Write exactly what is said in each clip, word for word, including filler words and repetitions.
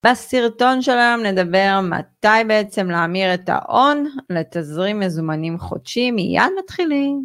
בסרטון שלנו נדבר מתי בעצם להמיר את ההון לתזרים מזומנים חודשי. מיד מתחילים.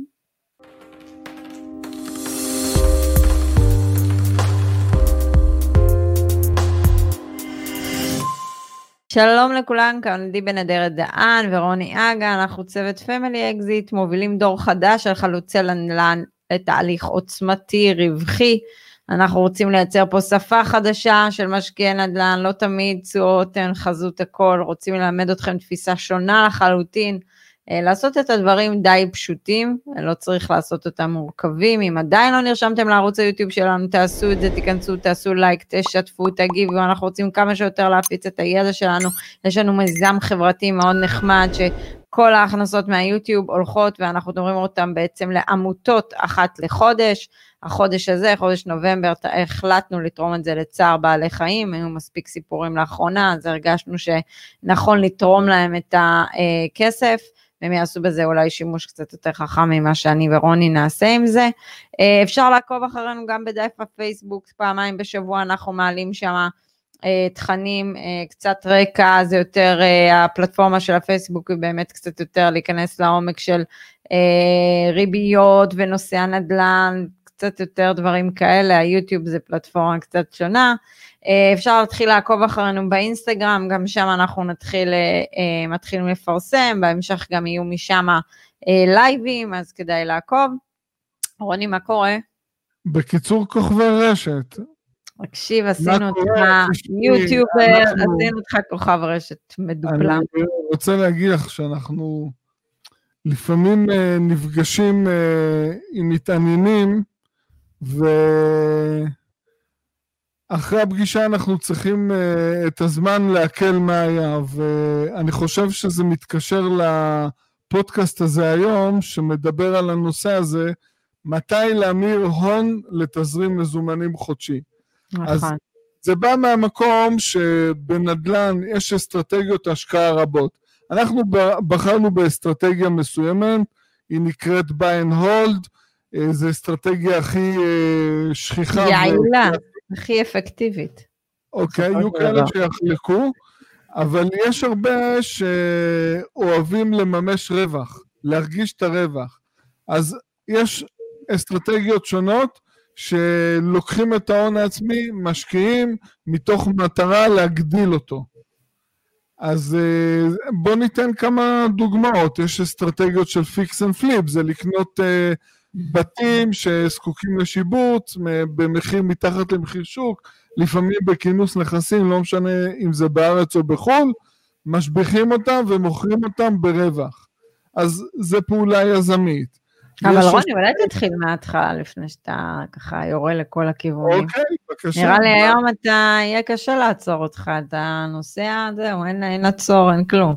שלום לכולם, כאן עדי בן אדרת דהן ורוני אגה, אנחנו צוות פמילי אקזיט, מובילים דור חדש של חלוצי נדל"ן לתהליך עוצמתי, רווחי. אנחנו רוצים לייצר פה שפה חדשה של משקיעי נדל"ן, לא תמיד תשואות הן חזות הכל, רוצים ללמד אתכם תפיסה שונה לחלוטין, לעשות את הדברים די פשוטים, לא צריך לעשות אותם מורכבים. אם עדיין לא נרשמתם לערוץ היוטיוב שלנו, תעשו את זה, תיכנסו, תעשו לייק, תשתפו, תגיבו, אנחנו רוצים כמה שיותר להפיץ את הידע שלנו. יש לנו מיזם חברתי מאוד נחמד, שכל ההכנסות מהיוטיוב הולכות, ואנחנו דברים אותם בעצם לעמותות אחת לחודש. החודש הזה, חודש נובמבר, החלטנו לתרום את זה לצער בעלי חיים, היו מספיק סיפורים לאחרונה, אז הרגשנו שנכון לתרום להם את הכסף, והם יעשו בזה אולי שימוש קצת יותר חכם ממה שאני ורוני נעשה עם זה. אפשר לעקוב אחרינו גם בדף הפייסבוק, פעמיים בשבוע אנחנו מעלים שם תכנים, קצת רקע, זה יותר, הפלטפורמה של הפייסבוק היא באמת קצת יותר להיכנס לעומק של ריביות ונושא הנדל"ן, קצת יותר דברים כאלה. היוטיוב זה פלטפורמה קצת שונה. אפשר להתחיל לעקוב אחרינו באינסטגרם, גם שם אנחנו נתחיל, מתחילים לפרסם, בהמשך גם יהיו משם לייבים, אז כדאי לעקוב. רוני, מה קורה? בקיצור, כוכבי רשת. תקשיב, עשינו אותך יוטיובר, עשינו אותך כוכב רשת מדופלם. אני רוצה להגיד לך שאנחנו לפעמים נפגשים עם מתעניינים, ואחרי הפגישה אנחנו צריכים את הזמן להקל מה היה, ואני חושב שזה מתקשר לפודקאסט הזה היום, שמדבר על הנושא הזה, מתי להמיר הון לתזרים מזומנים חודשי. נכון. אז זה בא מהמקום שבנדל"ן יש אסטרטגיות השקעה רבות. אנחנו בחרנו באסטרטגיה מסוימת, היא נקראת buy and hold, זו אסטרטגיה הכי שכיחה. יעילה, הכי אפקטיבית. אוקיי, יהיו כאלה שיחלקו, אבל יש הרבה שאוהבים לממש רווח, להרגיש את הרווח. אז יש אסטרטגיות שונות, שלוקחים את ההון העצמי, משקיעים, מתוך מטרה להגדיל אותו. אז בוא ניתן כמה דוגמאות. יש אסטרטגיות של פיקס אנד פליפ, זה לקנות בתים שזקוקים לשיבוץ, במחיר מתחת למחיר שוק, לפעמים בכינוס נכסים, לא משנה אם זה בארץ או בחול, משביחים אותם ומוכרים אותם ברווח. אז זה פעולה יזמית. אבל רוני, אולי תתחיל מההתחלה לפני שאתה ככה יורה לכל הכיוונים. אוקיי, בבקשה. נראה לי היום אתה, יהיה קשה לעצור אותך, אתה נוסע, זהו, אין לעצור, אין כלום.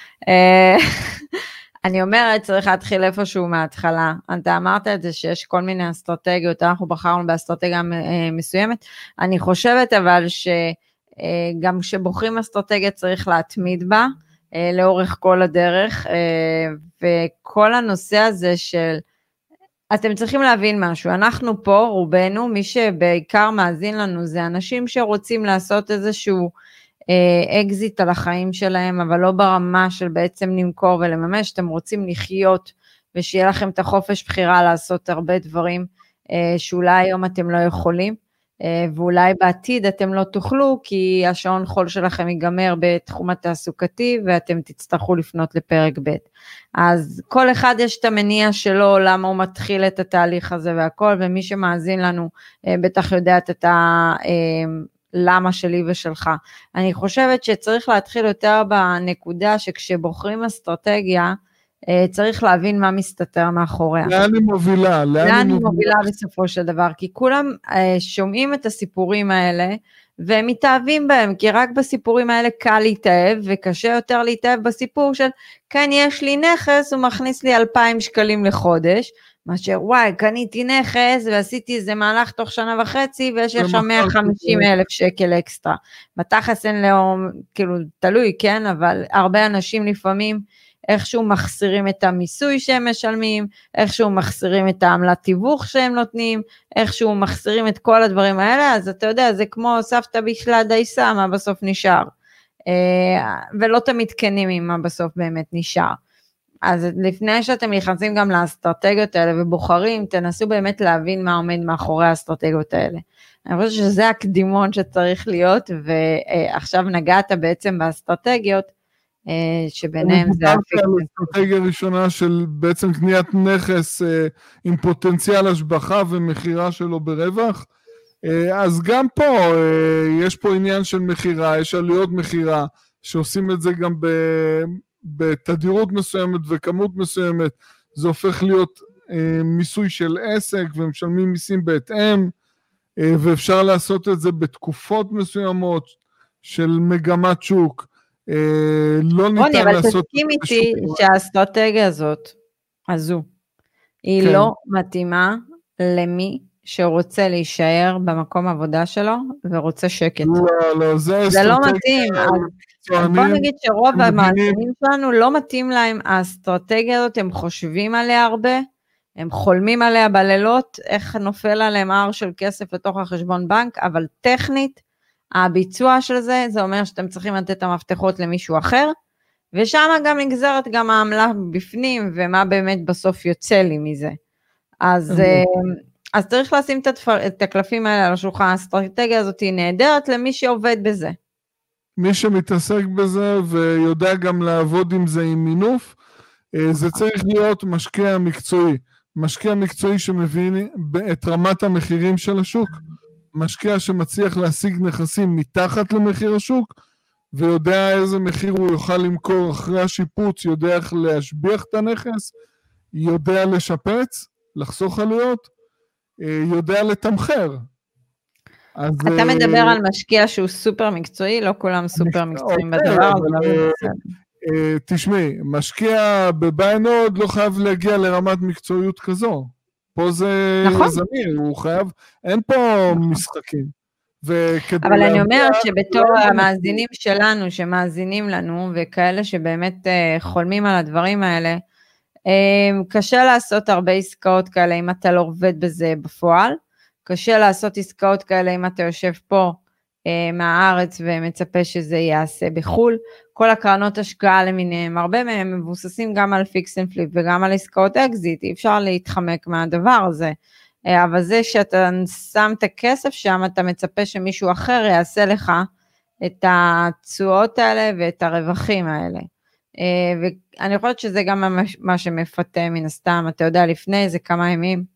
אני אומרת, צריך להתחיל איפשהו מההתחלה. אתה אמרת את זה שיש כל מיני אסטרטגיות, אנחנו בחרנו באסטרטגיה מסוימת. אני חושבת אבל שגם כשבוחרים אסטרטגיה צריך להתמיד בה, לאורך כל הדרך, וכל הנושא הזה של, אתם צריכים להבין משהו, אנחנו פה, רובנו, מי שבעיקר מאזין לנו, זה אנשים שרוצים לעשות איזשהו אקזיט על החיים שלהם, אבל לא ברמה של בעצם נמכור ולממש, אתם רוצים לחיות, ושיהיה לכם את החופש בחירה לעשות הרבה דברים, שאולי היום אתם לא יכולים, ואולי בעתיד אתם לא תוכלו, כי השעון חול שלכם ייגמר בתחום התעסוקתי, ואתם תצטרכו לפנות לפרק ב'. אז כל אחד יש את המניע שלו, למה הוא מתחיל את התהליך הזה והכל, ומי שמאזין לנו בטח יודע את הלמה שלי ושלך. אני חושבת שצריך להתחיל יותר בנקודה, שכשבוחרים אסטרטגיה, צריך להבין מה מסתתר מאחוריה. לאן היא מובילה? לאן היא מובילה בסופו של דבר, כי כולם שומעים את הסיפורים האלה, והם מתאהבים בהם, כי רק בסיפורים האלה קל להתאהב, וקשה יותר להתאהב בסיפור של, כן יש לי נכס, הוא מכניס לי אלפיים שקלים לחודש, מאשר וואי, קניתי נכס, ועשיתי איזה מהלך תוך שנה וחצי, ויש לך מאה וחמישים אלף שקל אקסטרה. בתכלס אין לו, כאילו, תלוי, כן, אבל הרבה אנשים לפעמים, איכשהו מחסירים את המיסוי שהם משלמים, איכשהו מחסירים את העמלת תיווך שהם נותנים, איכשהו מחסירים את כל הדברים האלה, אז אתה יודע, זה כמו סבתא בישלה דייסה, מה בסוף נשאר, ולא תמיד כנים עם מה בסוף באמת נשאר. אז לפני שאתם נכנסים גם לאסטרטגיות האלה ובוחרים, תנסו באמת להבין מה עומד מאחורי האסטרטגיות האלה. אני חושבת שזה הקדימון שצריך להיות, ועכשיו נגעת בעצם באסטרטגיות, שביניהם זה... אסטרטגיה ראשונה של בעצם קניית נכס עם פוטנציאל השבחה ומחירה שלו ברווח, אז גם פה יש פה עניין של מחירה, יש עלויות מחירה, שעושים את זה גם בתדירות מסוימת וכמות מסוימת, זה הופך להיות מיסוי של עסק ומשלמים מיסים בהתאם, ואפשר לעשות את זה בתקופות מסוימות של מגמת שוק, לא ניתן רוני, אבל לעשות... תסכים איתי שהאסטרטגיה הזאת, הזו, היא כן. לא מתאימה למי שרוצה להישאר במקום עבודה שלו, ורוצה שקט. לא, לא, זה, זה לא מתאים. אז בוא נגיד שרוב המאזינים שלנו לא מתאים להם האסטרטגיה הזאת, הם חושבים עליה הרבה, הם חולמים עליה בלילות, איך נופל עליהם הר של כסף לתוך החשבון בנק, אבל טכנית, הביצוע של זה, זה אומר שאתם צריכים לתת את המפתחות למישהו אחר, ושם גם נגזרת גם העמלה בפנים, ומה באמת בסוף יוצא לי מזה. אז, אז צריך לשים את, התפר, את הקלפים האלה על השולחן, האסטרטגיה הזאת היא נהדרת למי שעובד בזה. מי שמתעסק בזה ויודע גם לעבוד עם זה עם מינוף, זה צריך להיות משקיע מקצועי, משקיע מקצועי שמבין את רמת המחירים של השוק, משקיע שמצליח להשיג נכסים מתחת למחיר השוק, ויודע איזה מחיר הוא יוכל למכור אחרי השיפוץ, יודע איך להשביח את הנכס, יודע לשפץ, לחסוך עלויות, יודע לתמחר. אז, אתה מדבר על משקיע שהוא סופר מקצועי, לא כולם סופר מקצועיים בדבר, תשמעי, משקיע בביינוד לא חייב להגיע לרמת מקצועיות כזו. פה זה זמיר, הוא חייב, אין פה משחקים. אבל אני אומרת שבתור המאזינים שלנו, שמאזינים לנו, וכאלה שבאמת חולמים על הדברים האלה, קשה לעשות הרבה עסקאות כאלה אם אתה לא עובד בזה בפועל, קשה לעשות עסקאות כאלה אם אתה יושב פה מהארץ ומצפה שזה יעשה בחול, כל הקרנות השקעה למיניהם, הרבה מהם מבוססים גם על פיקס אנד פליפ וגם על עסקאות אקזיט, אי אפשר להתחמק מהדבר הזה, אבל זה שאתה שם את הכסף שם, אתה מצפה שמישהו אחר יעשה לך את התשואות האלה ואת הרווחים האלה, ואני חושבת שזה גם מה שמפתה מן הסתם, אתה יודע לפני איזה כמה ימים,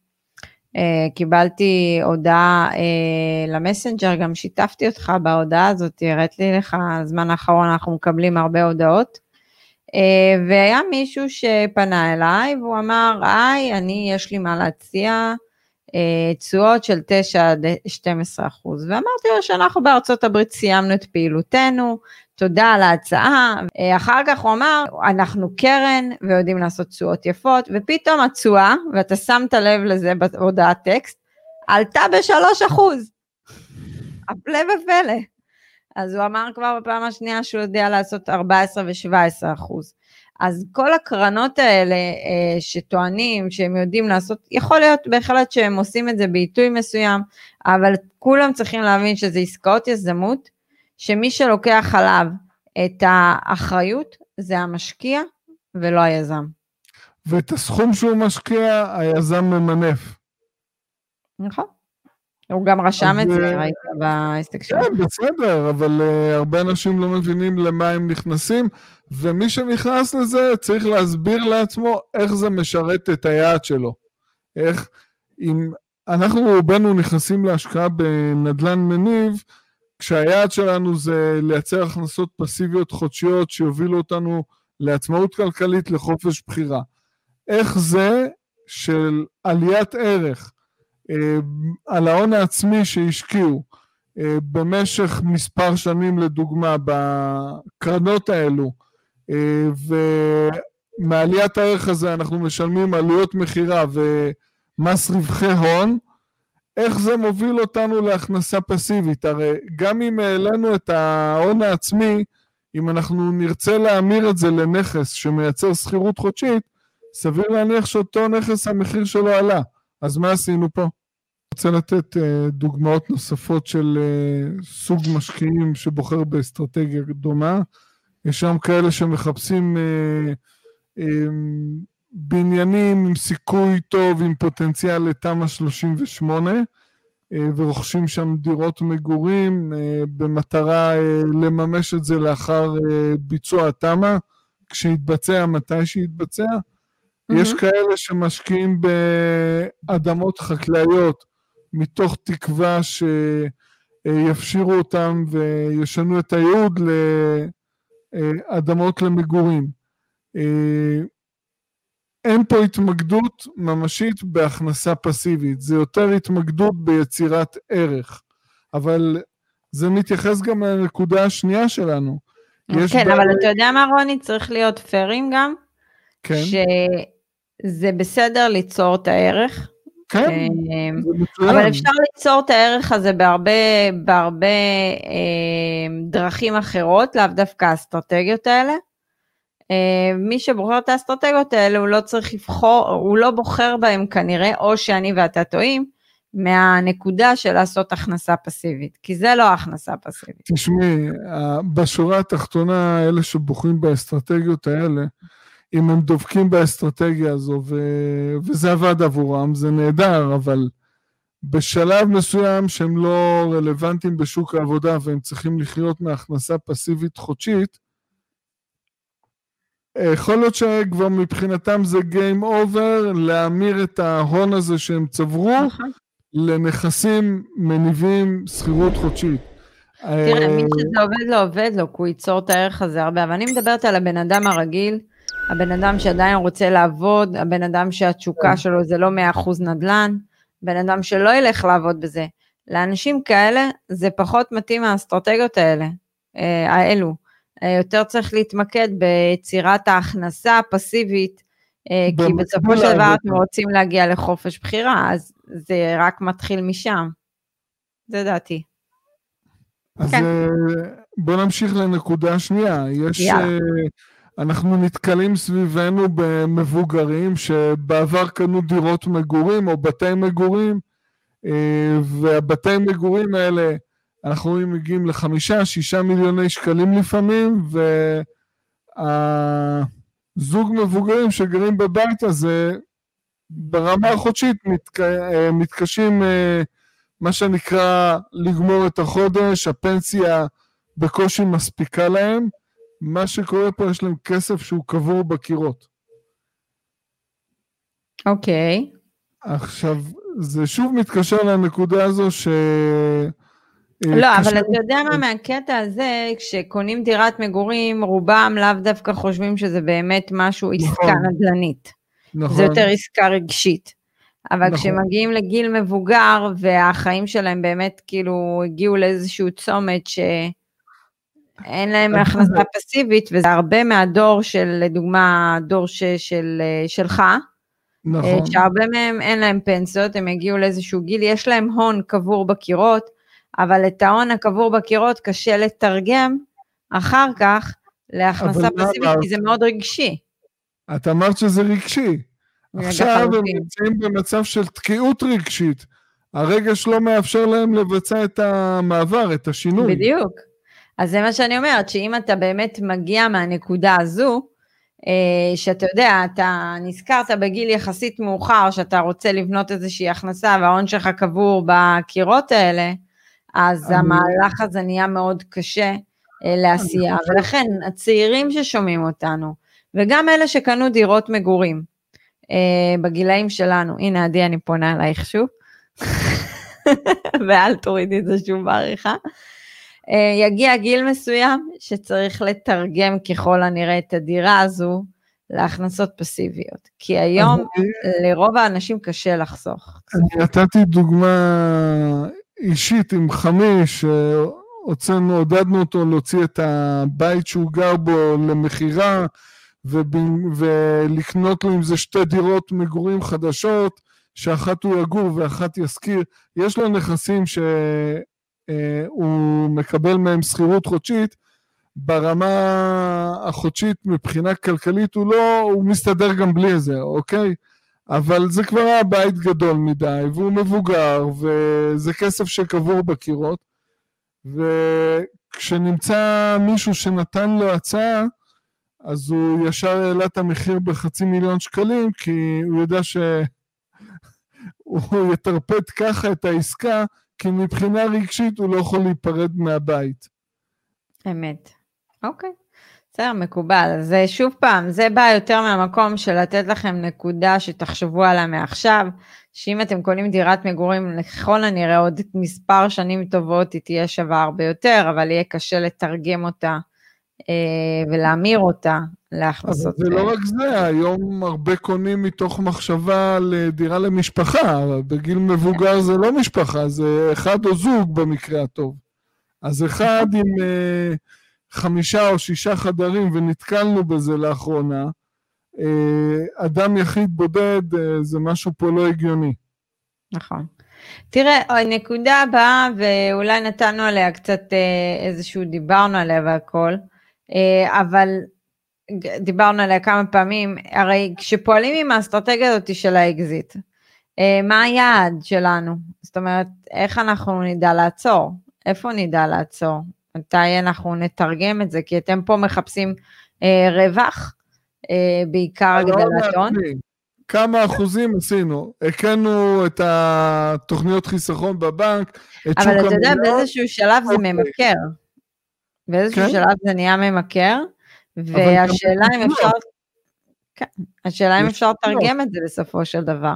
קיבלתי הודעה למסנג'ר, גם שיתפתי אותך בהודעה הזאת, הראת לי לך, הזמן האחרון אנחנו מקבלים הרבה הודעות, והיה מישהו שפנה אליי, והוא אמר, היי, אני יש לי מה להציע, תשואות של תשע עד שתים עשרה אחוז, ואמרתי לו שאנחנו בארצות הברית סיימנו את פעילותנו, תודה על ההצעה, אחר כך הוא אמר, אנחנו קרן ויודעים לעשות תשואות יפות, ופתאום התשואה, ואתה שמת לב לזה בהודעת טקסט, עלתה בשלוש אחוז, הפלא ופלא, אז הוא אמר כבר בפעם השנייה שהוא יודע לעשות ארבע עשרה ו-שבע עשרה אחוז, אז כל הקרנות האלה שטוענים שהם יודעים לעשות, יכול להיות בהחלט שהם עושים את זה בעיתוי מסוים, אבל כולם צריכים להבין שזה עסקאות יזמות, שמי שלוקח עליו את האחריות, זה המשקיע ולא היזם. ואת הסכום שהוא משקיע, היזם ממנף. נכון. הוא גם רשם את זה, ראיתי בעסק שלו. כן, בסדר, אבל הרבה אנשים לא מבינים למה הם נכנסים, ומי שנכנס לזה צריך להסביר לעצמו איך זה משרת את היעד שלו. איך, אם אנחנו רובנו נכנסים להשקעה בנדלן מניב, כשהיעד שלנו זה לייצר הכנסות פסיביות חודשיות שיובילו אותנו לעצמאות כלכלית, לחופש בחירה. איך זה של עליית ערך אה, על ההון העצמי שהשקיעו אה, במשך מספר שנים לדוגמה בקרנות האלו, אה, ומעליית הערך הזה אנחנו משלמים עלויות מחירה ומס רווחי הון, איך זה מוביל אותנו להכנסה פסיבית? הרי גם אם העלינו את ההון העצמי, אם אנחנו נרצה להמיר את זה לנכס שמייצר שכירות חודשית, סביר להניח שאותו נכס המחיר שלו עלה. אז מה עשינו פה? אני רוצה לתת uh, דוגמאות נוספות של uh, סוג משקיעים שבוחר באסטרטגיה דומה. יש שם כאלה שמחפשים uh, uh, בניינים עם סיכוי טוב, עם פוטנציאל לתמ"א שלושים ושמונה, uh, ורוכשים שם דירות מגורים uh, במטרה uh, לממש את זה לאחר uh, ביצוע התמ"א, כשיתבצע, מתי שיתבצע. Mm-hmm. יש כאלה שמשקיעים באדמות חקלאיות, מתוך תקווה שיפשירו אותם וישנו את הייעוד לאדמות למגורים. אין פה התמקדות ממשית בהכנסה פסיבית, זה יותר התמקדות ביצירת ערך, אבל זה מתייחס גם לנקודה השנייה שלנו. כן, אבל אתה יודע מה רוני, צריך להיות פיירים גם, שזה בסדר ליצור את הערך, כן, אבל אפשר ליצור את הערך הזה בהרבה, בהרבה דרכים אחרות, לאו דווקא האסטרטגיות האלה. מי שבוחר את האסטרטגיות האלה, הוא לא צריך לבחור, הוא לא בוחר בהם כנראה, או שאני ואתה טועים, מהנקודה של לעשות הכנסה פסיבית, כי זה לא הכנסה פסיבית. תשמעי, בשורה התחתונה, אלה שבוחרים באסטרטגיות האלה, אם הם דובקים באסטרטגיה הזו, ו- וזה עבד עבורם, זה נהדר, אבל בשלב מסוים שהם לא רלוונטיים בשוק העבודה, והם צריכים לחיות מהכנסה פסיבית חודשית, יכול להיות שכבר מבחינתם זה game over, להמיר את ההון הזה שהם צברו, לנכסים מניבים שכירות חודשית. תראה, מי שזה עובד לא עובד לו, כי הוא ייצור את הערך הזה הרבה, אבל אני מדברת על הבן אדם הרגיל, הבן אדם שעדיין רוצה לעבוד, הבן אדם שהתשוקה שלו זה לא מאה אחוז נדל"ן, בן אדם שלא ילך לעבוד בזה. לאנשים כאלה זה פחות מתאים מהאסטרטגיות האלה, האלו. יותר צריך להתמקד ביצירת ההכנסה הפסיבית, כי בסופו של דבר אתם רוצים להגיע לחופש בחירה, אז זה רק מתחיל משם. זה דעתי. אז בוא נמשיך לנקודה השנייה. יש... אנחנו נתקלים סביבנו במבוגרים שבעבר קנו דירות מגורים או בתי מגורים, והבתי מגורים האלה, אנחנו רואים מגיעים לחמישה, שישה מיליוני שקלים לפעמים, והזוג מבוגרים שגרים בבית הזה, ברמה החודשית מתק... מתקשים, מה שנקרא, לגמור את החודש, הפנסיה בקושי מספיקה להם, מה שקורה פה יש להם כסף שהוא קבור בקירות. אוקיי. Okay. עכשיו, זה שוב מתקשר לנקודה הזו ש... לא, אבל אתה יודע מה מהקטע הזה, כשקונים דירת מגורים, רובם לאו דווקא חושבים שזה באמת משהו עסקה נדל"נית. נכון. זה יותר עסקה רגשית. אבל נכון. כשמגיעים לגיל מבוגר, והחיים שלהם באמת כאילו הגיעו לאיזשהו צומת ש... אין להם הכנסה פסיבית, וזה הרבה מהדור של, לדוגמה, דור ש, של, שלך, נכון. שהרבה מהם אין להם פנסיות, הם הגיעו לאיזשהו גיל, יש להם הון קבור בקירות, אבל את ההון הקבור בקירות קשה לתרגם אחר כך להכנסה פסיבית, כי זה מאוד רגשי. את אמרת שזה רגשי. עכשיו הם נמצאים במצב של תקיעות רגשית. הרגש לא מאפשר להם לבצע את המעבר, את השינוי. בדיוק. אז זה מה שאני אומרת, שאם אתה באמת מגיע מהנקודה הזו, שאתה יודע, אתה נזכרת בגיל יחסית מאוחר, שאתה רוצה לבנות איזושהי הכנסה, וההון שלך קבור בקירות האלה, אז המהלך הזה נהיה מאוד קשה לעשייה, ולכן הצעירים ששומעים אותנו, וגם אלה שקנו דירות מגורים, בגילאים שלנו, הנה עדי אני פונה עלייך שוב, ואל תורידי את זה שוב בעריכה, יגיע גיל מסוים שצריך לתרגם ככל הנראה את הדירה הזו להכנסות פסיביות, כי היום לרוב האנשים קשה לחסוך. אני נתתי דוגמה אישית עם חמי שהוצאנו, עודדנו אותו להוציא את הבית שהוא גר בו למחירה, ולקנות לו עם זה שתי דירות מגורים חדשות, שאחת הוא יגור ואחת יזכיר. יש לו נכסים ש... הוא מקבל מהם שכירות חודשית, ברמה החודשית מבחינה כלכלית הוא לא, הוא מסתדר גם בלי זה, אוקיי? אבל זה כבר היה בית גדול מדי, והוא מבוגר, וזה כסף שקבור בקירות, וכשנמצא מישהו שנתן לו הצעה, אז הוא ישר העלה את המחיר בחצי מיליון שקלים, כי הוא יודע שהוא יתרפד ככה את העסקה, כי מבחינה רגשית הוא לא יכול להיפרד מהבית. אמת. אוקיי. בסדר, מקובל. אז שוב פעם, זה בא יותר מהמקום של לתת לכם נקודה שתחשבו עליה מעכשיו, שאם אתם קונים דירת מגורים, לכל הנראה עוד מספר שנים טובות, היא תהיה שווה הרבה יותר, אבל יהיה קשה לתרגם אותה, ולהמיר אותה להכנסות. אבל זה לא רק זה, היום הרבה קונים מתוך מחשבה לדירה למשפחה, בגיל מבוגר זה לא משפחה, זה אחד או זוג במקרה הטוב. אז אחד עם חמישה או שישה חדרים, ונתקלנו בזה לאחרונה, אדם יחיד בודד, זה משהו פה לא הגיוני. נכון. תראה, הנקודה הבאה, ואולי נתנו עליה קצת איזשהו, דיברנו עליה והכל, אבל דיברנו עליה כמה פעמים, הרי כשפועלים עם האסטרטגיה הזאת של האקזיט, מה היעד שלנו? זאת אומרת, איך אנחנו נדע לעצור? איפה נדע לעצור? מתי אנחנו נתרגם את זה? כי אתם פה מחפשים רווח, בעיקר הגדלת הון. כמה אחוזים עשינו? הקנו את התוכניות חיסכון בבנק, אבל אתה יודע, באיזשהו שלב זה ממכר. באיזשהו שלב זה נהיה ממכר, והשאלה אם אפשר, השאלה אם אפשר לתרגם את זה בסופו של דבר.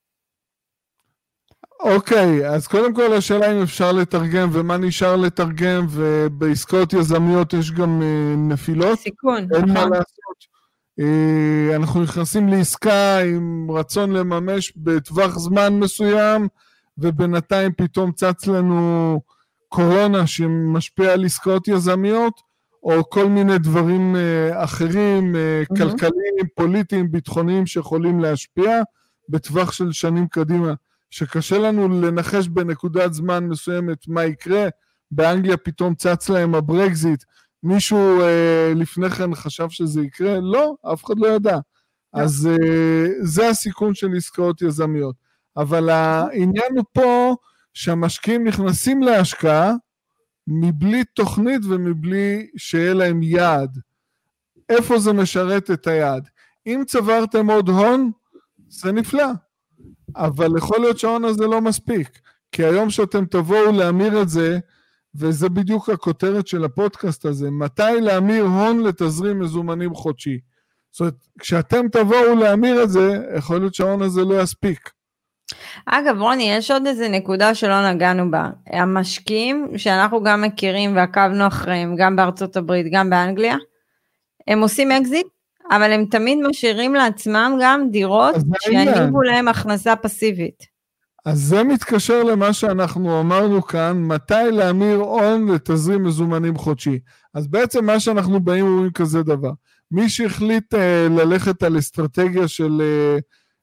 אוקיי, אז קודם כל השאלה אם אפשר לתרגם, ומה נשאר לתרגם, ובעסקאות יזמיות יש גם נפילות. סיכון, אין מה לעשות. אנחנו נכנסים לעסקה עם רצון לממש בטווח זמן מסוים, ובינתיים פתאום צץ לנו קורונה שמשפיע על עסקאות יזמיות, או כל מיני דברים אחרים, כלכליים, פוליטיים, ביטחוניים, שיכולים להשפיע בטווח של שנים קדימה, שקשה לנו לנחש בנקודת זמן מסוימת מה יקרה. באנגליה פתאום צץ להם הברקזיט, מישהו אה, לפני כן חשב שזה יקרה? לא, אף אחד לא ידע. אז אה, זה הסיכון של עסקאות יזמיות. אבל העניין הוא פה שהמשקיעים נכנסים להשקעה, מבלי תוכנית ומבלי שיהיה להם יעד. איפה זה משרת את היעד? אם צברתם עוד הון, זה נפלא. אבל יכול להיות שההון הזה לא מספיק. כי היום שאתם תבואו להמיר את זה, וזה בדיוק הכותרת של הפודקאסט הזה, מתי להמיר הון לתזרים מזומנים חודשי. זאת אומרת, כשאתם תבואו להמיר את זה, יכול להיות שההון הזה לא יספיק. אגב, רוני, יש עוד איזה נקודה שלא נגענו בה. המשקיעים שאנחנו גם מכירים ועקבנו אחריהם, גם בארצות הברית, גם באנגליה, הם עושים אקזיט, אבל הם תמיד משאירים לעצמם גם דירות שיניבו להם הכנסה פסיבית. אז זה מתקשר למה שאנחנו אמרנו כאן, מתי להמיר הון לתזרים מזומנים חודשי. אז בעצם מה שאנחנו באים אומרים כזה דבר. מי שהחליט אה, ללכת על אסטרטגיה של אה,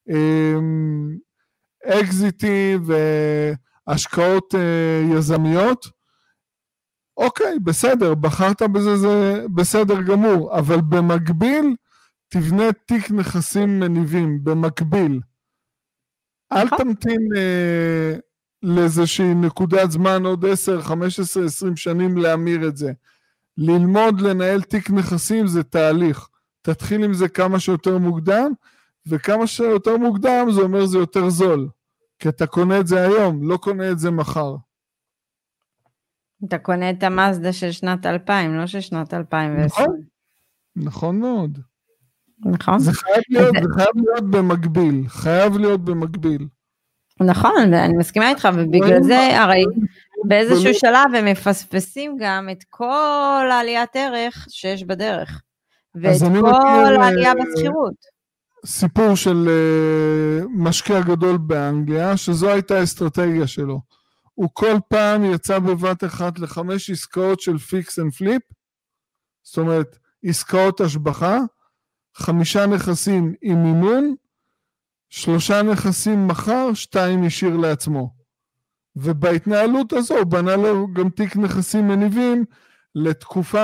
אה, אקזיטים והשקעות אה, יזמיות, אוקיי, בסדר, בחרת בזה, זה בסדר גמור, אבל במקביל תבנה תיק נכסים מניבים, במקביל. אל תמתין אה, לאיזושהי נקודת זמן עוד עשר, חמש עשרה, עשרים שנים להמיר את זה. ללמוד לנהל תיק נכסים זה תהליך. תתחיל עם זה כמה שיותר מוקדם, וכמה שיותר מוקדם זה אומר זה יותר זול. כי אתה קונה את זה היום, לא קונה את זה מחר. אתה קונה את המאזדה של שנת אלפיים, לא של שנת אלפיים ועשרים. נכון, נכון מאוד. נכון. זה חייב להיות, זה חייב להיות במקביל, חייב להיות במקביל. נכון, ואני מסכימה איתך, ובגלל זה הרי באיזשהו שלב הם מפספסים גם את כל העליית ערך שיש בדרך, ואת כל העלייה בסחירות. סיפור של משקיע גדול באנגליה, שזו הייתה האסטרטגיה שלו. הוא כל פעם יצא בבת אחת לחמש עסקאות של פיקס אנד פליפ, זאת אומרת, עסקאות השבחה, חמישה נכסים עם מימון, שלושה נכסים מחר, שתיים ישיר לעצמו. ובהתנהלות הזו הוא בנה לו גם תיק נכסים מניבים, לתקופה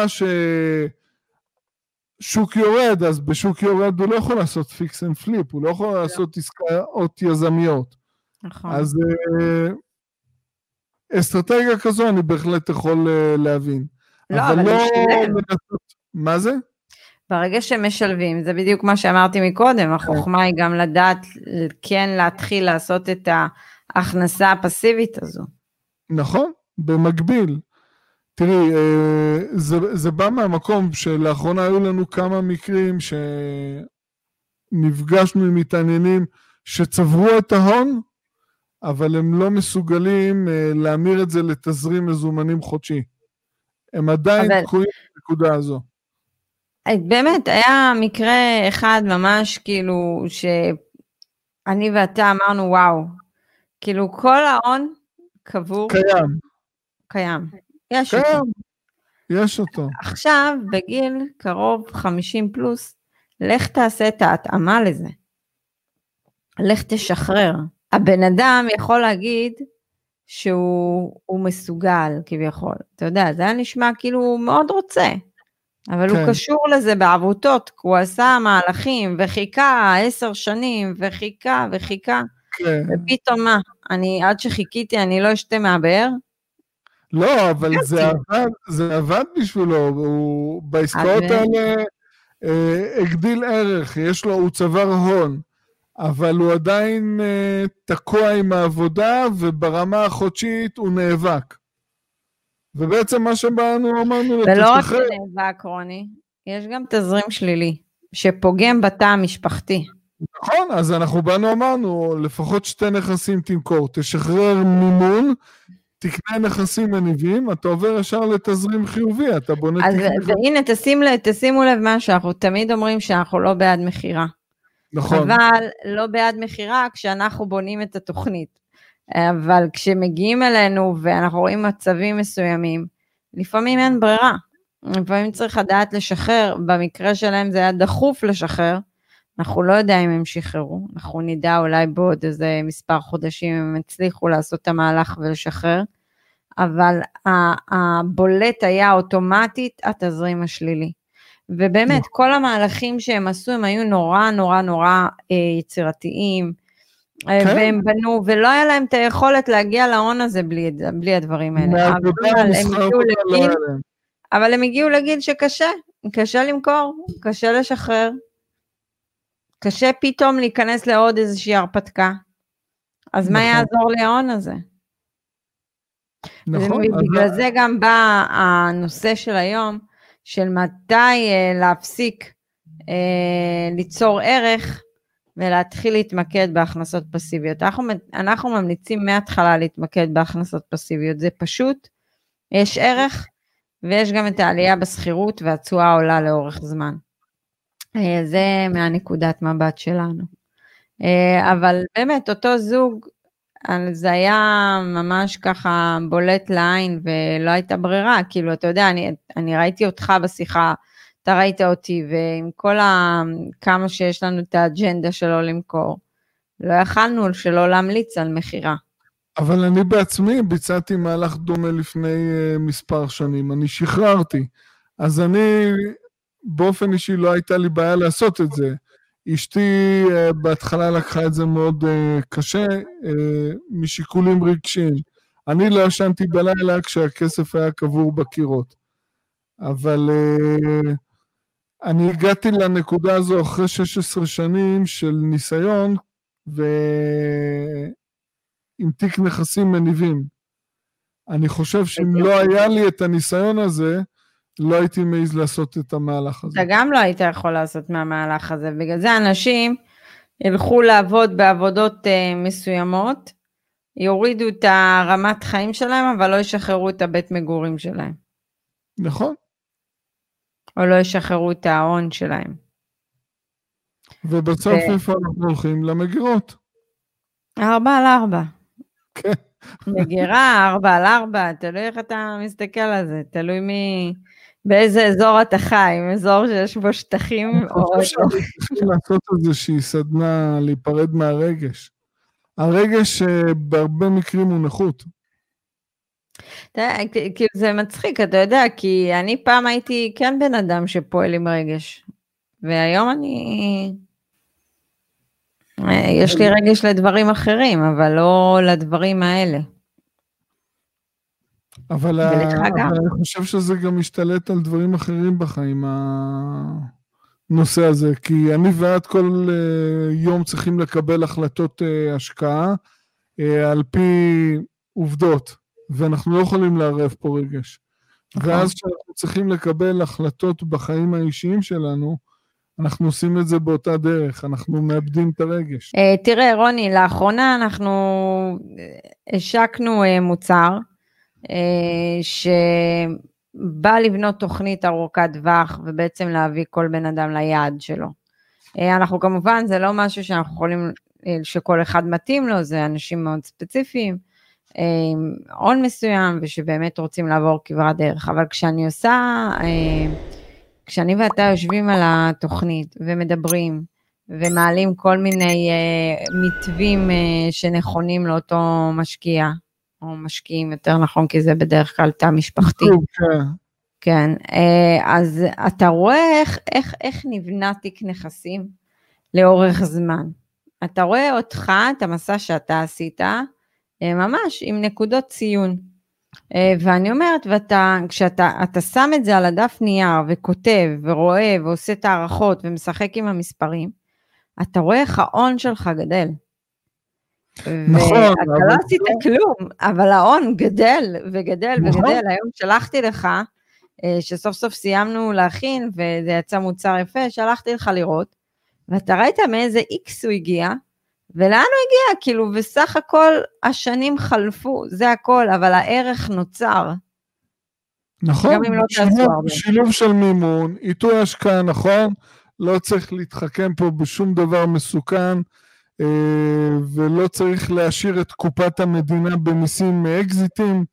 ששוק יורד, אז בשוק יורד הוא לא יכול לעשות פיקס אנד פליפ, הוא לא יכול לעשות עסקאות יזמיות. נכון. אז אסטרטגיה כזו אני בהחלט יכול להבין. לא, אבל לשלם. מה זה? ברגע שמשלבים, זה בדיוק מה שאמרתי מקודם, החוכמה היא גם לדעת, כן להתחיל לעשות את ההכנסה הפסיבית הזו. נכון, במקביל. תראי, זה, זה בא מהמקום שלאחרונה היו לנו כמה מקרים שנפגשנו עם מתעניינים שצברו את ההון, אבל הם לא מסוגלים להמיר את זה לתזרים מזומנים חודשי. הם עדיין אבל... תקועים בנקודה הזו. באמת, היה מקרה אחד ממש כאילו שאני ואתה אמרנו וואו, כאילו כל ההון קבור. קיים. קיים. יש קיים. אותו. יש אותו. עכשיו, בגיל קרוב חמישים פלוס, לך תעשה את ההתאמה לזה. לך תשחרר. הבן אדם יכול להגיד שהוא מסוגל כביכול. אתה יודע, זה היה נשמע כאילו הוא מאוד רוצה. אבל כן. הוא קשור לזה בעבותות, הוא עשה מהלכים וחיכה עשר שנים וחיכה וחיכה. כן. ופתאום מה? אני עד שחיכיתי אני לא אשתה מהבאר? לא, אבל זה עבד, זה עבד בשבילו, הוא בעסקאות האלה אה, הגדיל ערך, יש לו, הוא צבר הון, אבל הוא עדיין אה, תקוע עם העבודה, וברמה החודשית הוא נאבק. ובעצם מה שבאנו אמרנו... ולא רק נאבק, רוני, יש גם תזרים שלילי, שפוגם בתא המשפחתי. נכון, אז אנחנו באנו אמרנו, לפחות שתי נכסים תמכור, תשחרר מימון, תקנה נכסים מניבים, אתה עובר ישר לתזרים חיובי, אתה בונה... אז והנה, תשים, תשימו לב משהו, אנחנו תמיד אומרים שאנחנו לא בעד מחירה. נכון. אבל לא בעד מחירה כשאנחנו בונים את התוכנית. אבל כשמגיעים אלינו ואנחנו רואים מצבים מסוימים, לפעמים אין ברירה. לפעמים צריך לדעת לשחרר, במקרה שלהם זה היה דחוף לשחרר, אנחנו לא יודעים אם הם שחררו, אנחנו נדע אולי בעוד איזה מספר חודשים הם הצליחו לעשות את המהלך ולשחרר, אבל הבולט היה אוטומטית התזרים השלילי. ובאמת כל המהלכים שהם עשו הם היו נורא נורא נורא יצירתיים, והם בנו, ולא היה להם את היכולת להגיע להון הזה בלי, בלי הדברים האלה. אבל הם, הגיעו לגיל, אבל הם הגיעו לגיל שקשה, קשה למכור, קשה לשחרר, קשה פתאום להיכנס לעוד איזושהי הרפתקה. אז מה יעזור לי ההון הזה? נכון. ובגלל זה גם בא הנושא של היום, של מתי להפסיק ליצור ערך, ולהתחיל להתמקד בהכנסות פסיביות. אנחנו, אנחנו ממליצים מההתחלה להתמקד בהכנסות פסיביות. זה פשוט, יש ערך, ויש גם את העלייה בסחירות, והתשואה עולה לאורך זמן. זה מהנקודת מבט שלנו. אבל באמת, אותו זוג, זה היה ממש ככה בולט לעין, ולא הייתה ברירה. כאילו, אתה יודע, אני, אני ראיתי אותך בשיחה, אתה ראית אותי, ועם כל ה... כמה שיש לנו את האג'נדה שלו למכור, לא יכלנו שלא להמליץ על מחירה. אבל אני בעצמי ביצעתי מהלך דומה לפני uh, מספר שנים, אני שחררתי, אז אני באופן אישי לא הייתה לי בעיה לעשות את זה. אשתי uh, בהתחלה לקחה את זה מאוד uh, קשה, uh, משיקולים רגשיים. אני לא ישנתי בלילה כשהכסף היה קבור בקירות. אבל... Uh, אני הגעתי לנקודה הזו אחרי שש עשרה שנים של ניסיון, ועם תיק נכסים מניבים. אני חושב שאם לא היה לי את הניסיון הזה, לא הייתי מעז לעשות את המהלך הזה. אתה גם לא היית יכול לעשות מהמהלך הזה, בגלל זה אנשים ילכו לעבוד בעבודות מסוימות, יורידו את הרמת חיים שלהם, אבל לא ישחררו את הבית מגורים שלהם. נכון. או לא ישחררו את ההון שלהם. ובסוף ו... איפה אנחנו הולכים? למגירות. ארבע על ארבע. כן. מגירה, ארבע על ארבע, תלוי איך אתה מסתכל על זה, תלוי מי, באיזה אזור אתה חי, אם אזור שיש בו שטחים. אני חושב שצריכים לעשות איזושהי סדנה, להיפרד מהרגש. הרגש בהרבה מקרים הוא נחות. כאילו זה מצחיק, אתה יודע, כי אני פעם הייתי כן בן אדם שפועל עם רגש, והיום אני, יש לי רגש לדברים אחרים, אבל לא לדברים האלה. אבל, אבל אני חושב שזה גם משתלט על דברים אחרים בחיים, הנושא הזה, כי אני ואת כל יום צריכים לקבל החלטות השקעה, על פי עובדות, ואנחנו לא יכולים לערב פה רגש. ואז כשאנחנו צריכים לקבל החלטות בחיים האישיים שלנו, אנחנו עושים את זה באותה דרך, אנחנו מאבדים את הרגש. תראה רוני, לאחרונה אנחנו השקנו מוצר, שבא לבנות תוכנית ארוכת טווח, ובעצם להביא כל בן אדם ליעד שלו. אנחנו כמובן, זה לא משהו שאנחנו יכולים, שכל אחד מתאים לו, זה אנשים מאוד ספציפיים, עם הון מסוים, ושבאמת רוצים לעבור כברת דרך, אבל כשאני עושה, כשאני ואתה יושבים על התוכנית, ומדברים, ומעלים כל מיני מתווים שנכונים לאותו משקיע, או משקיעים יותר נכון, כי זה בדרך כלל תא משפחתי. כן, אז אתה רואה איך, איך, איך נבנה תיק נכסים לאורך זמן. אתה רואה אותך, את המסע שאתה עשית, ממש עם נקודות ציון. ואני אומרת, ואתה, כשאתה אתה שם את זה על הדף נייר, וכותב, ורואה, ועושה את הערכות, ומשחק עם המספרים, אתה רואה איך ההון שלך גדל. נכון. ואתה לא עשית כלום, אבל ההון גדל, וגדל, וגדל. היום שלחתי לך, שסוף סוף סיימנו להכין, וזה יצא מוצר יפה, שלחתי לך לראות, ואתה ראית מאיזה איקס הוא הגיע, ולאן הוא הגיע? כאילו, בסך הכל השנים חלפו, זה הכל, אבל הערך נוצר. נכון, לא שילוב, שילוב של מימון, עיתוי השקעה, נכון, לא צריך להתחכם פה בשום דבר מסוכן, ולא צריך להשאיר את קופת המדינה במיסים מאקזיטים.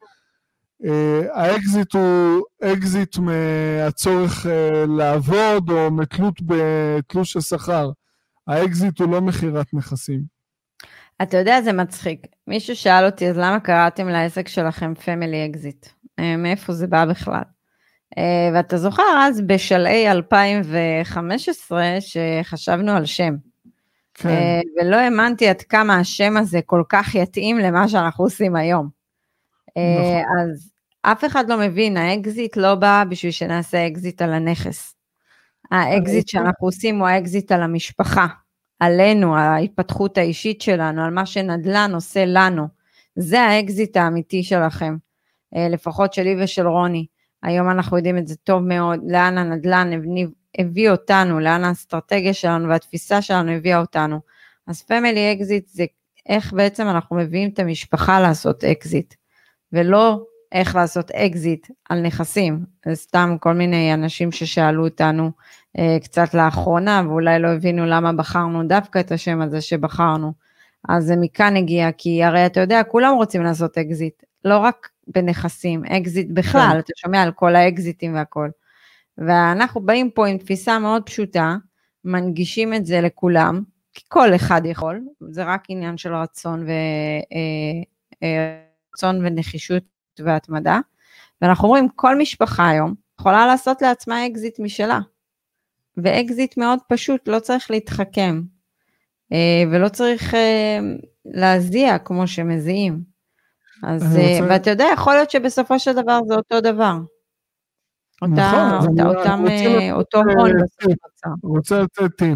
האקזיט הוא אקזיט מהצורך לעבוד, או מתלות בתלוש השכר. האקזיט הוא לא מחירת נכסים. אתה יודע, זה מצחיק. מישהו שאל אותי, אז למה קראתם לעסק שלכם פמילי אקזיט? מאיפה זה בא בכלל? ואתה זוכר אז בשלהי אלפיים וחמש עשרה שחשבנו על שם. כן. ולא האמנתי עד כמה השם הזה כל כך יתאים למה שאנחנו עושים היום. נכון. אז אף אחד לא מבין, האקזיט לא בא בשביל שנעשה אקזיט על הנכס. האקזיט שאנחנו עושים הוא האקזיט על המשפחה, עלינו, על ההתפתחות האישית שלנו, על מה שנדל"ן עושה לנו. זה האקזיט האמיתי שלכם, לפחות שלי ושל רוני. היום אנחנו יודעים את זה טוב מאוד, לאן הנדל"ן הביא אותנו, לאן האסטרטגיה שלנו והתפיסה שלנו הביאה אותנו. אז פמילי אקזיט זה איך בעצם אנחנו מביאים את המשפחה לעשות אקזיט, ולא איך לעשות אקזיט על נכסים. זה סתם כל מיני אנשים ששאלו אותנו אה, קצת לאחרונה, ואולי לא הבינו למה בחרנו דווקא את השם הזה שבחרנו. אז זה מכאן הגיע, כי הרי אתה יודע, כולם רוצים לעשות אקזיט, לא רק בנכסים, אקזיט בכלל, כן. אתה שומע על כל האקזיטים והכל. ואנחנו באים פה עם תפיסה מאוד פשוטה, מנגישים את זה לכולם, כי כל אחד יכול, זה רק עניין של רצון ו... אה, אה, רצון ונחישות והתמדה, ואנחנו אומרים, כל משפחה היום יכולה לעשות לעצמה אקזיט משלה, ואקזיט מאוד פשוט, לא צריך להתחכם, ולא צריך להזיע כמו שמזיעים, אז, ואתה יודע, יכול להיות שבסופו של דבר זה אותו דבר, אותה, אותה, אותם, אותו הון. רוצה לתת טיפ,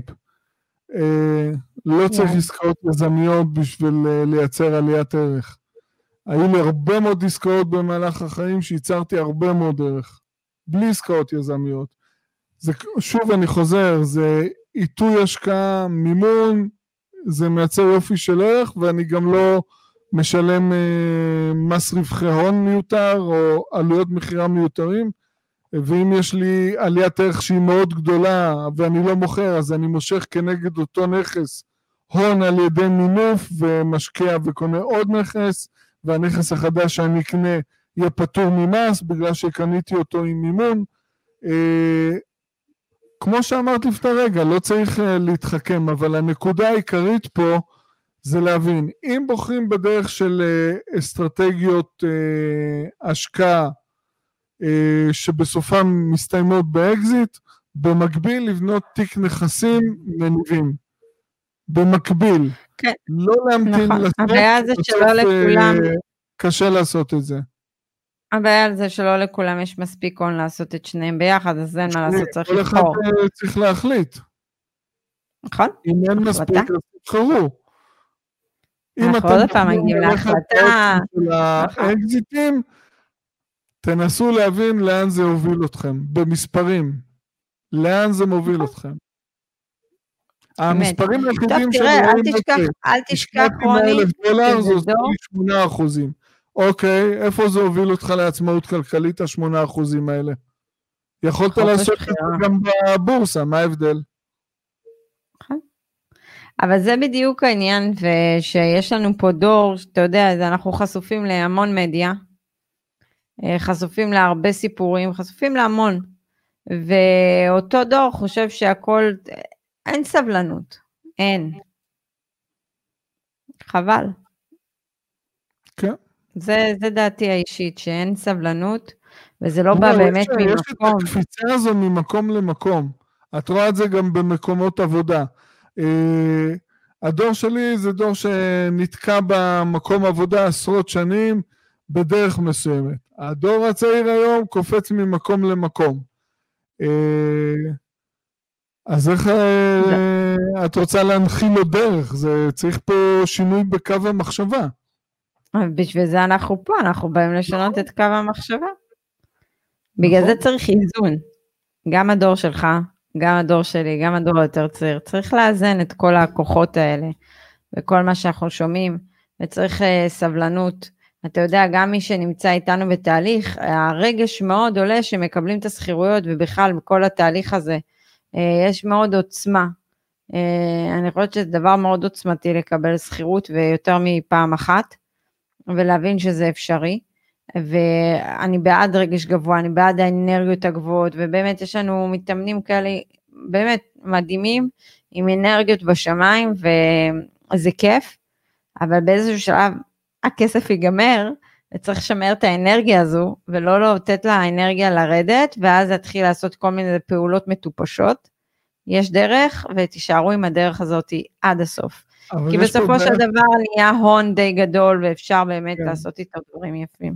לא צריך עסקאות יזמיות בשביל לייצר עליית ערך, היו לי הרבה מאוד עסקאות במהלך החיים שייצרתי הרבה מאוד ערך, בלי עסקאות יזמיות. זה, שוב אני חוזר, זה עיתוי השקעה, מימון, זה מייצר יופי של ערך, ואני גם לא משלם אה, מס רווחי הון מיותר, או עלויות מחירה מיותרים, ואם יש לי עליית ערך שהיא מאוד גדולה, ואני לא מוכר, אז אני מושך כנגד אותו נכס, הון על ידי מינוף, ומשקיע וקונה עוד נכס, והנכס החדש שאני אקנה יהיה פטור ממס, בגלל שקניתי אותו עם מימון. אה, כמו שאמרת לפני רגע, לא צריך אה, להתחכם, אבל הנקודה העיקרית פה, זה להבין, אם בוחרים בדרך של אסטרטגיות השקעה, שבסופם מסתיימות באקזיט, במקביל לבנות תיק נכסים מניבים. במקביל. כן. לא להמתין נכון. לסוף, הבעיה זה שלא לכולם... קשה לעשות את זה. הבעיה זה שלא לכולם יש מספיק הון לעשות את שניהם ביחד, אז אין מה לעשות, צריך לבחור. כל אחד צריך להחליט. נכון. אם אין מספיק, אז תבחרו. אנחנו עוד פעם מגיעים להחלטה. האקזיטים, תנסו להבין לאן זה הוביל אתכם, במספרים. לאן זה מוביל אתכם. המספרים היחידים שרואים, אל תשכח רוני, זה שמונה אחוזים. אוקיי, איפה זה הוביל אותך לעצמאות כלכלית, השמונה אחוזים האלה? יכולת לעשות את זה גם בבורסה, מה ההבדל? אבל זה בדיוק העניין, ושיש לנו פה דור, שאתה יודע, אנחנו חשופים להמון מדיה, חשופים להרבה סיפורים, חשופים להמון, ואותו דור חושב שהכל, אין סבלנות, אין. חבל. כן. זה, זה דעתי האישית, שאין סבלנות, וזה לא בא באמת ממקום. יש את הקפיצה הזו ממקום למקום. את רואה את זה גם במקומות עבודה. הדור שלי זה דור שנתקע במקום עבודה עשרות שנים, בדרך מסוימת. הדור הצעיר היום קופץ ממקום למקום. אז איך את רוצה להנחיל לו דרך? זה צריך פה שינוי בקו המחשבה. בשביל זה אנחנו פה, אנחנו באים לשנות את קו המחשבה. בגלל זה צריך איזון. גם הדור שלך, גם הדור שלי, גם הדור היותר צעיר. צריך לאזן את כל הכוחות האלה, וכל מה שאנחנו שומעים, וצריך סבלנות. אתה יודע, גם מי שנמצא איתנו בתהליך, הרגש מאוד עולה שמקבלים את הסחירויות, ובכלל בכל התהליך הזה, יש מאוד עוצמה. אני חושבת שזה דבר מאוד עוצמתי לקבל סחירות, ויותר מפעם אחת, ולהבין שזה אפשרי, ואני בעד רגש גבוה, אני בעד האנרגיות הגבוהות, ובאמת יש לנו מתאמנים כאלה, באמת מדהימים, עם אנרגיות בשמיים, וזה כיף, אבל באיזשהו שלב, הכסף ייגמר, וצריך לשמר את האנרגיה הזו, ולא לתת לה האנרגיה לרדת, ואז להתחיל לעשות כל מיני פעולות מטופשות, יש דרך, ותישארו עם הדרך הזאת עד הסוף. כי בסופו של דבר נהיה הון די גדול, ואפשר באמת לעשות איתו דברים יפים.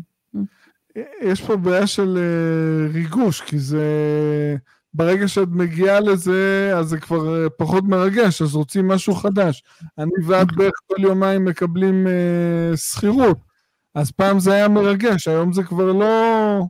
יש פה בעיה של ריגוש, כי זה, ברגע שאת מגיעה לזה, אז זה כבר פחות מרגש, אז רוצים משהו חדש. אני ואת בערך כל יומיים מקבלים סחירות, אז פעם זה היה מרגש, היום זה כבר לא...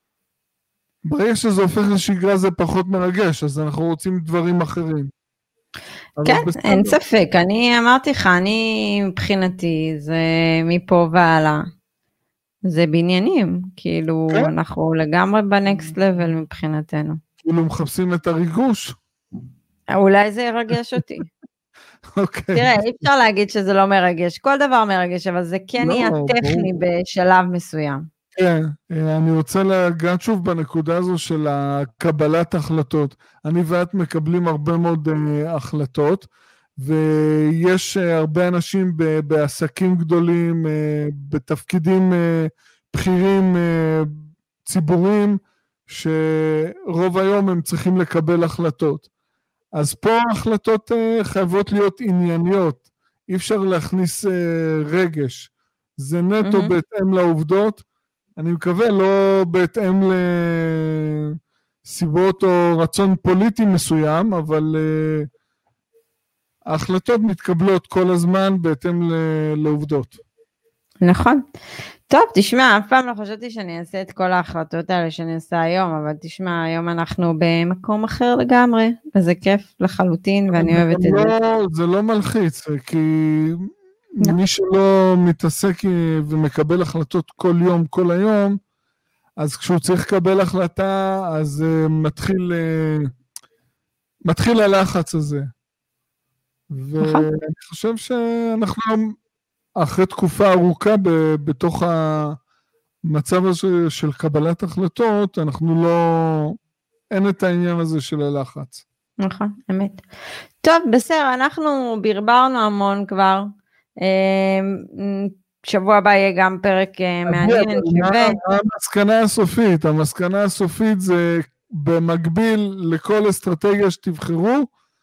ברגע שזה הופך לשגרה זה פחות מרגש, אז אנחנו רוצים דברים אחרים. כן, אין ספק, אני אמרתי לך, אני מבחינתי, זה מפה והלאה, זה בניינים, כאילו אנחנו לגמרי בנקסט לבל מבחינתנו. כאילו מחפשים את הריגוש? אולי זה ירגש אותי. אוקיי. תראה, אי אפשר להגיד שזה לא מרגש, כל דבר מרגש, אבל זה כן יהיה טכני בשלב מסוים. כן, אני רוצה לגעת שוב בנקודה הזו של הקבלת החלטות. אני ואת מקבלים הרבה מאוד החלטות, ויש הרבה אנשים בעסקים גדולים, בתפקידים בכירים ציבוריים, שרוב היום הם צריכים לקבל החלטות. אז פה ההחלטות חייבות להיות ענייניות, אי אפשר להכניס רגש. זה נטו בהתאם לעובדות, אני מקווה לא בהתאם לסיבות או רצון פוליטי מסוים, אבל uh, ההחלטות מתקבלות כל הזמן בהתאם לעובדות. נכון. טוב, תשמע, אף פעם לא חשבתי שאני אעשה את כל ההחלטות האלה שאני אעשה היום, אבל תשמע, היום אנחנו במקום אחר לגמרי, וזה כיף לחלוטין, ואני אוהבת את לא, זה. זה לא מלחיץ, כי... מי שלא מתעסק ומקבל החלטות כל יום, כל היום, אז כשהוא צריך לקבל החלטה, אז uh, מתחיל, uh, מתחיל הלחץ הזה. ואני חושב שאנחנו אחרי תקופה ארוכה ב- בתוך המצב הזה של קבלת החלטות, אנחנו לא, אין את העניין הזה של הלחץ. נכון, אמת. טוב, בסדר, אנחנו ברברנו המון כבר, שבוע הבא יהיה גם פרק מעניין. מה המסקנה הסופית? המסקנה הסופית זה במקביל לכל אסטרטגיה שתבחרו,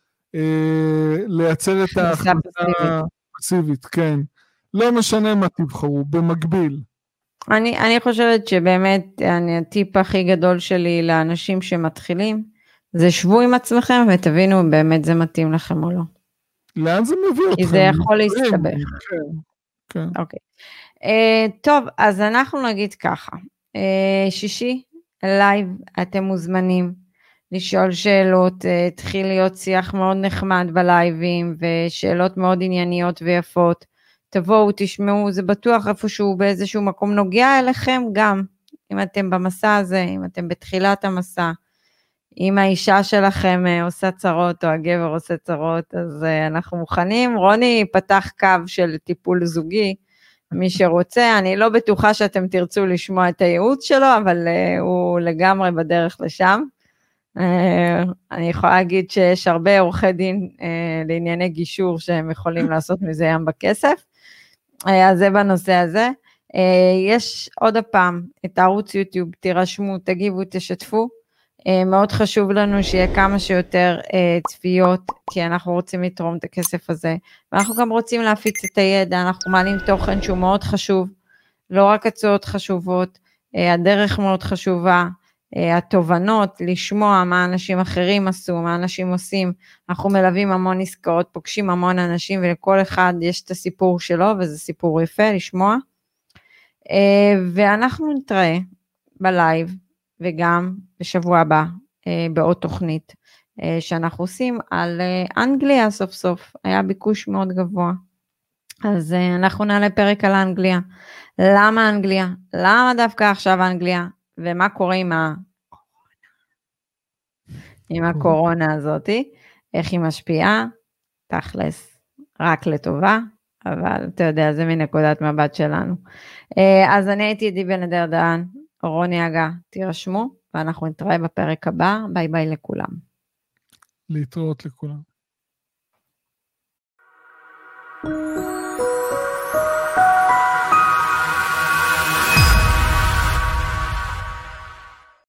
לייצר את ההחלטה פסיבית, כן. לא משנה מה תבחרו, במקביל. אני, אני חושבת שבאמת, אני, הטיפ הכי גדול שלי לאנשים שמתחילים, זה שבו עם עצמכם ותבינו אם באמת זה מתאים לכם או לא. לאן זה מביא אתכם? כי זה יכול להסתבך. כן, כן. אוקיי. Uh, טוב, אז אנחנו נגיד ככה. Uh, שישי, לייב, אתם מוזמנים לשאול שאלות, uh, התחיל להיות שיח מאוד נחמד בלייבים, ושאלות מאוד ענייניות ויפות. תבואו, תשמעו, זה בטוח איפשהו באיזשהו מקום נוגע אליכם גם, אם אתם במסע הזה, אם אתם בתחילת המסע, אם האישה שלכם עושה צרות, או הגבר עושה צרות, אז אנחנו מוכנים. רוני פתח קו של טיפול זוגי, מי שרוצה, אני לא בטוחה שאתם תרצו לשמוע את הייעוץ שלו, אבל הוא לגמרי בדרך לשם. אני יכולה להגיד שיש הרבה עורכי דין לענייני גישור, שהם יכולים לעשות מזה ים בכסף, אז זה בנושא הזה. יש עוד הפעם את הערוץ יוטיוב, תירשמו, תגיבו, תשתפו, מאוד חשוב לנו שיהיה כמה שיותר צפיות, כי אנחנו רוצים לתרום את הכסף הזה, ואנחנו גם רוצים להפיץ את הידע, אנחנו מעלים תוכן שהוא מאוד חשוב, לא רק הצעות חשובות, הדרך מאוד חשובה, התובנות, לשמוע מה אנשים אחרים עשו, מה אנשים עושים, אנחנו מלווים המון עסקאות, פוגשים המון אנשים, ולכל אחד יש את הסיפור שלו, וזה סיפור יפה לשמוע, ואנחנו נתראה בלייב, וגם בשבוע הבא, בעוד תוכנית, שאנחנו עושים על אנגליה סוף סוף, היה ביקוש מאוד גבוה, אז אנחנו נעלה פרק על אנגליה, למה אנגליה? למה דווקא עכשיו אנגליה? ומה קורה עם ה... עם הקורונה הזאת, איך היא משפיעה, תכלס, רק לטובה, אבל אתה יודע, זה מנקודת מבט שלנו. אז אני הייתי עדי בן אדר דהן, רוני אגה, תירשמו, ואנחנו נתראה בפרק הבא, ביי ביי לכולם. להתראות לכולם.